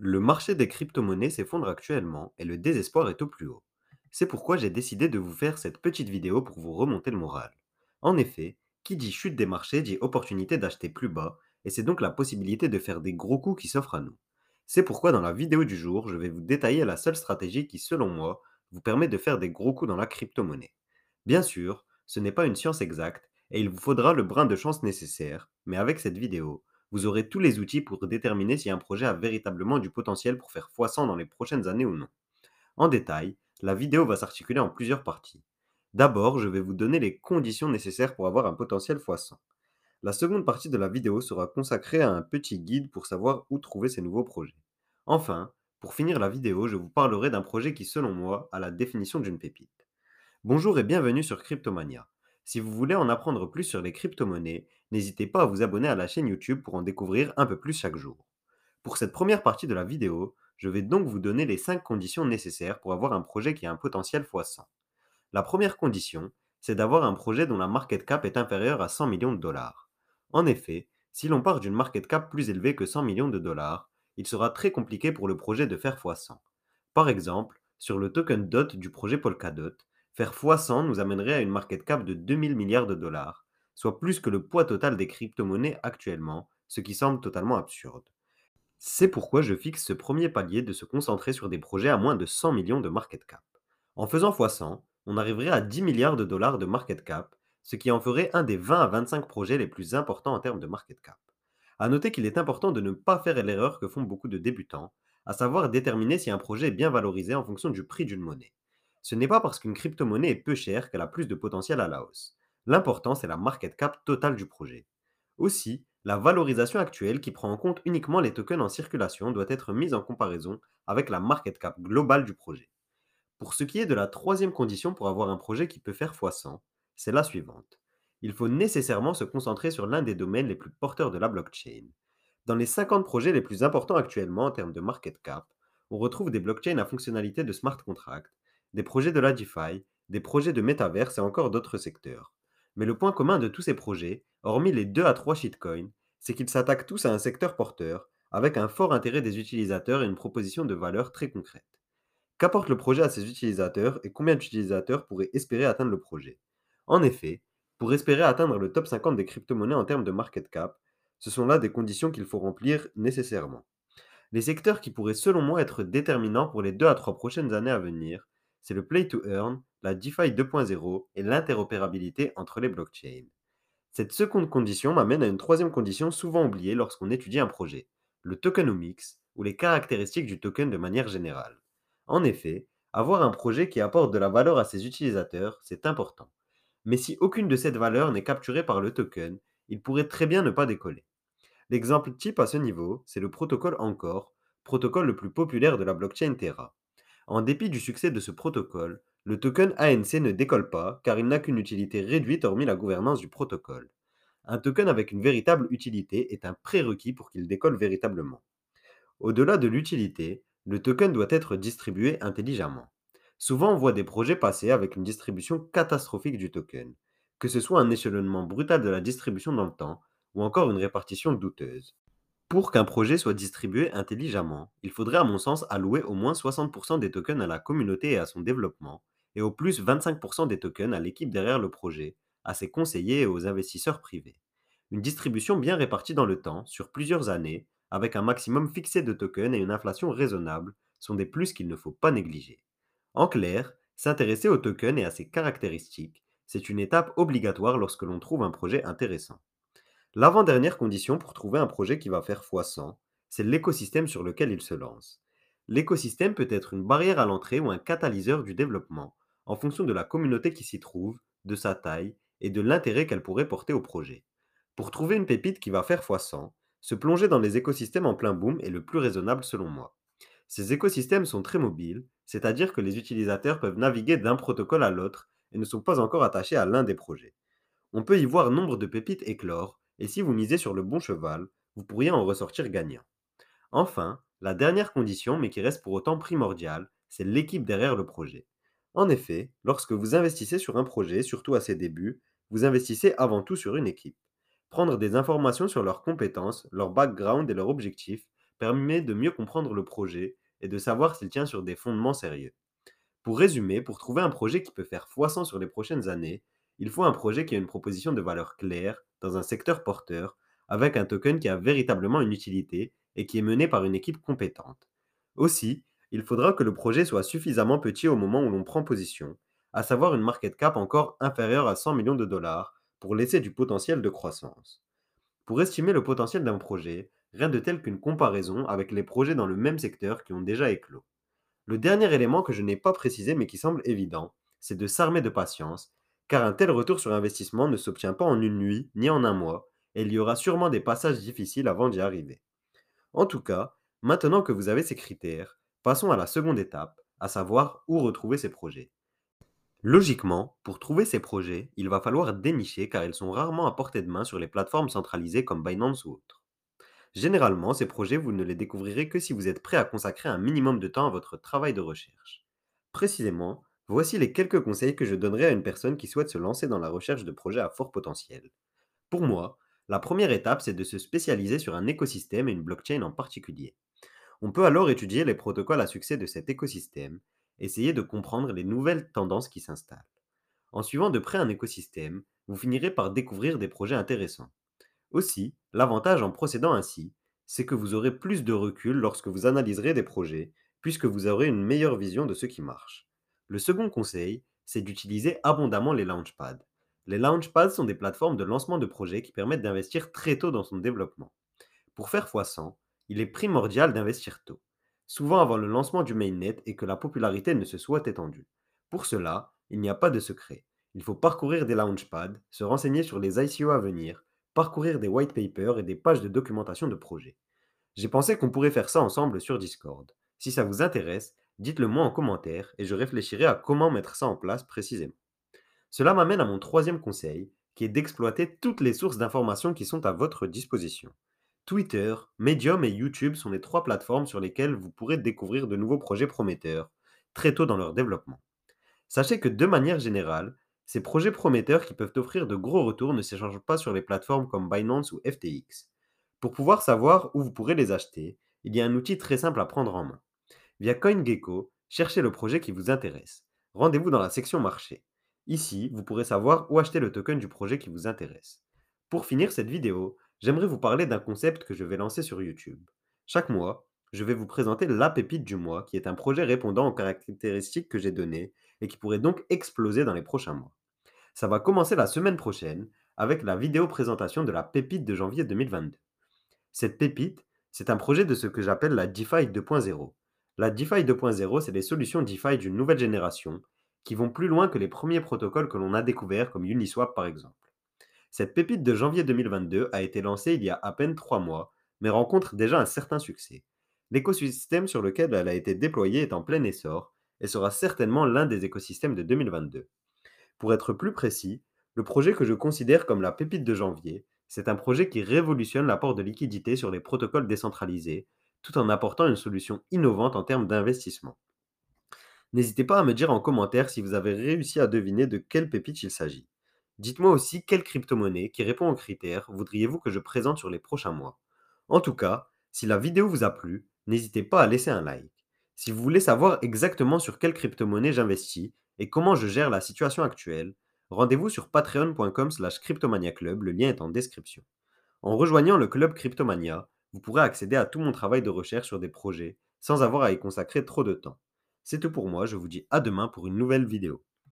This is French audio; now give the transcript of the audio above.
Le marché des crypto-monnaies s'effondre actuellement et le désespoir est au plus haut. C'est pourquoi j'ai décidé de vous faire cette petite vidéo pour vous remonter le moral. En effet, qui dit chute des marchés dit opportunité d'acheter plus bas, et c'est donc la possibilité de faire des gros coups qui s'offrent à nous. C'est pourquoi dans la vidéo du jour, je vais vous détailler la seule stratégie qui, selon moi, vous permet de faire des gros coups dans la crypto-monnaie. Bien sûr, ce n'est pas une science exacte, et il vous faudra le brin de chance nécessaire, mais avec cette vidéo, vous aurez tous les outils pour déterminer si un projet a véritablement du potentiel pour faire x100 dans les prochaines années ou non. En détail, la vidéo va s'articuler en plusieurs parties. D'abord, je vais vous donner les conditions nécessaires pour avoir un potentiel x100. La seconde partie de la vidéo sera consacrée à un petit guide pour savoir où trouver ces nouveaux projets. Enfin, pour finir la vidéo, je vous parlerai d'un projet qui, selon moi, a la définition d'une pépite. Bonjour et bienvenue sur Cryptomania. Si vous voulez en apprendre plus sur les crypto-monnaies, n'hésitez pas à vous abonner à la chaîne YouTube pour en découvrir un peu plus chaque jour. Pour cette première partie de la vidéo, je vais donc vous donner les 5 conditions nécessaires pour avoir un projet qui a un potentiel x100. La première condition, c'est d'avoir un projet dont la market cap est inférieure à 100 millions de dollars. En effet, si l'on part d'une market cap plus élevée que 100 millions de dollars, il sera très compliqué pour le projet de faire x100. Par exemple, sur le token DOT du projet Polkadot, faire x100 nous amènerait à une market cap de 2000 milliards de dollars, soit plus que le poids total des crypto-monnaies actuellement, ce qui semble totalement absurde. C'est pourquoi je fixe ce premier palier de se concentrer sur des projets à moins de 100 millions de market cap. En faisant x100, on arriverait à 10 milliards de dollars de market cap, ce qui en ferait un des 20 à 25 projets les plus importants en termes de market cap. A noter qu'il est important de ne pas faire l'erreur que font beaucoup de débutants, à savoir déterminer si un projet est bien valorisé en fonction du prix d'une monnaie. Ce n'est pas parce qu'une crypto-monnaie est peu chère qu'elle a plus de potentiel à la hausse. L'important, c'est la market cap totale du projet. Aussi, la valorisation actuelle qui prend en compte uniquement les tokens en circulation doit être mise en comparaison avec la market cap globale du projet. Pour ce qui est de la troisième condition pour avoir un projet qui peut faire x100, c'est la suivante. Il faut nécessairement se concentrer sur l'un des domaines les plus porteurs de la blockchain. Dans les 50 projets les plus importants actuellement en termes de market cap, on retrouve des blockchains à fonctionnalité de smart contract, des projets de la DeFi, des projets de métaverse et encore d'autres secteurs. Mais le point commun de tous ces projets, hormis les 2 à 3 shitcoins, c'est qu'ils s'attaquent tous à un secteur porteur, avec un fort intérêt des utilisateurs et une proposition de valeur très concrète. Qu'apporte le projet à ses utilisateurs et combien d'utilisateurs pourraient espérer atteindre le projet? En effet, pour espérer atteindre le top 50 des crypto-monnaies en termes de market cap, ce sont là des conditions qu'il faut remplir nécessairement. Les secteurs qui pourraient selon moi être déterminants pour les 2 à 3 prochaines années à venir, c'est le play to earn, la DeFi 2.0 et l'interopérabilité entre les blockchains. Cette seconde condition m'amène à une troisième condition souvent oubliée lorsqu'on étudie un projet, le tokenomics, ou les caractéristiques du token de manière générale. En effet, avoir un projet qui apporte de la valeur à ses utilisateurs, c'est important. Mais si aucune de ces valeurs n'est capturée par le token, il pourrait très bien ne pas décoller. L'exemple type à ce niveau, c'est le protocole Encore, protocole le plus populaire de la blockchain Terra. En dépit du succès de ce protocole, le token ANC ne décolle pas car il n'a qu'une utilité réduite hormis la gouvernance du protocole. Un token avec une véritable utilité est un prérequis pour qu'il décolle véritablement. Au-delà de l'utilité, le token doit être distribué intelligemment. Souvent, on voit des projets passer avec une distribution catastrophique du token, que ce soit un échelonnement brutal de la distribution dans le temps ou encore une répartition douteuse. Pour qu'un projet soit distribué intelligemment, il faudrait à mon sens allouer au moins 60% des tokens à la communauté et à son développement, et au plus 25% des tokens à l'équipe derrière le projet, à ses conseillers et aux investisseurs privés. Une distribution bien répartie dans le temps, sur plusieurs années, avec un maximum fixé de tokens et une inflation raisonnable, sont des plus qu'il ne faut pas négliger. En clair, s'intéresser aux tokens et à ses caractéristiques, c'est une étape obligatoire lorsque l'on trouve un projet intéressant. L'avant-dernière condition pour trouver un projet qui va faire x100, c'est l'écosystème sur lequel il se lance. L'écosystème peut être une barrière à l'entrée ou un catalyseur du développement, en fonction de la communauté qui s'y trouve, de sa taille et de l'intérêt qu'elle pourrait porter au projet. Pour trouver une pépite qui va faire x100, se plonger dans les écosystèmes en plein boom est le plus raisonnable selon moi. Ces écosystèmes sont très mobiles, c'est-à-dire que les utilisateurs peuvent naviguer d'un protocole à l'autre et ne sont pas encore attachés à l'un des projets. On peut y voir nombre de pépites éclore, et si vous misez sur le bon cheval, vous pourriez en ressortir gagnant. Enfin, la dernière condition, mais qui reste pour autant primordiale, c'est l'équipe derrière le projet. En effet, lorsque vous investissez sur un projet, surtout à ses débuts, vous investissez avant tout sur une équipe. Prendre des informations sur leurs compétences, leur background et leurs objectifs permet de mieux comprendre le projet et de savoir s'il tient sur des fondements sérieux. Pour résumer, pour trouver un projet qui peut faire x100 sur les prochaines années, il faut un projet qui a une proposition de valeur claire, dans un secteur porteur, avec un token qui a véritablement une utilité et qui est mené par une équipe compétente. Aussi, il faudra que le projet soit suffisamment petit au moment où l'on prend position, à savoir une market cap encore inférieure à 100 millions de dollars pour laisser du potentiel de croissance. Pour estimer le potentiel d'un projet, rien de tel qu'une comparaison avec les projets dans le même secteur qui ont déjà éclos. Le dernier élément que je n'ai pas précisé mais qui semble évident, c'est de s'armer de patience, car un tel retour sur investissement ne s'obtient pas en une nuit ni en un mois, et il y aura sûrement des passages difficiles avant d'y arriver. En tout cas, maintenant que vous avez ces critères, passons à la seconde étape, à savoir où retrouver ces projets. Logiquement, pour trouver ces projets, il va falloir dénicher car ils sont rarement à portée de main sur les plateformes centralisées comme Binance ou autres. Généralement, ces projets, vous ne les découvrirez que si vous êtes prêt à consacrer un minimum de temps à votre travail de recherche. Précisément, voici les quelques conseils que je donnerai à une personne qui souhaite se lancer dans la recherche de projets à fort potentiel. Pour moi, la première étape, c'est de se spécialiser sur un écosystème et une blockchain en particulier. On peut alors étudier les protocoles à succès de cet écosystème, essayer de comprendre les nouvelles tendances qui s'installent. En suivant de près un écosystème, vous finirez par découvrir des projets intéressants. Aussi, l'avantage en procédant ainsi, c'est que vous aurez plus de recul lorsque vous analyserez des projets, puisque vous aurez une meilleure vision de ce qui marche. Le second conseil, c'est d'utiliser abondamment les launchpads. Les launchpads sont des plateformes de lancement de projets qui permettent d'investir très tôt dans son développement. Pour faire x100, il est primordial d'investir tôt, souvent avant le lancement du mainnet et que la popularité ne se soit étendue. Pour cela, il n'y a pas de secret. Il faut parcourir des launchpads, se renseigner sur les ICO à venir, parcourir des white papers et des pages de documentation de projets. J'ai pensé qu'on pourrait faire ça ensemble sur Discord. Si ça vous intéresse, dites-le moi en commentaire et je réfléchirai à comment mettre ça en place précisément. Cela m'amène à mon troisième conseil, qui est d'exploiter toutes les sources d'informations qui sont à votre disposition. Twitter, Medium et YouTube sont les trois plateformes sur lesquelles vous pourrez découvrir de nouveaux projets prometteurs, très tôt dans leur développement. Sachez que de manière générale, ces projets prometteurs qui peuvent offrir de gros retours ne s'échangent pas sur les plateformes comme Binance ou FTX. Pour pouvoir savoir où vous pourrez les acheter, il y a un outil très simple à prendre en main. Via CoinGecko, cherchez le projet qui vous intéresse. Rendez-vous dans la section marché. Ici, vous pourrez savoir où acheter le token du projet qui vous intéresse. Pour finir cette vidéo, j'aimerais vous parler d'un concept que je vais lancer sur YouTube. Chaque mois, je vais vous présenter la pépite du mois, qui est un projet répondant aux caractéristiques que j'ai données et qui pourrait donc exploser dans les prochains mois. Ça va commencer la semaine prochaine avec la vidéo présentation de la pépite de janvier 2022. Cette pépite, c'est un projet de ce que j'appelle la DeFi 2.0. La DeFi 2.0, c'est des solutions DeFi d'une nouvelle génération qui vont plus loin que les premiers protocoles que l'on a découverts comme Uniswap par exemple. Cette pépite de janvier 2022 a été lancée il y a à peine 3 mois, mais rencontre déjà un certain succès. L'écosystème sur lequel elle a été déployée est en plein essor et sera certainement l'un des écosystèmes de 2022. Pour être plus précis, le projet que je considère comme la pépite de janvier, c'est un projet qui révolutionne l'apport de liquidité sur les protocoles décentralisés, tout en apportant une solution innovante en termes d'investissement. N'hésitez pas à me dire en commentaire si vous avez réussi à deviner de quelle pépite il s'agit. Dites-moi aussi quelle crypto-monnaie qui répond aux critères voudriez-vous que je présente sur les prochains mois. En tout cas, si la vidéo vous a plu, n'hésitez pas à laisser un like. Si vous voulez savoir exactement sur quelle crypto-monnaie j'investis et comment je gère la situation actuelle, rendez-vous sur patreon.com/cryptomania club, le lien est en description. En rejoignant le club Cryptomania, vous pourrez accéder à tout mon travail de recherche sur des projets sans avoir à y consacrer trop de temps. C'est tout pour moi, je vous dis à demain pour une nouvelle vidéo.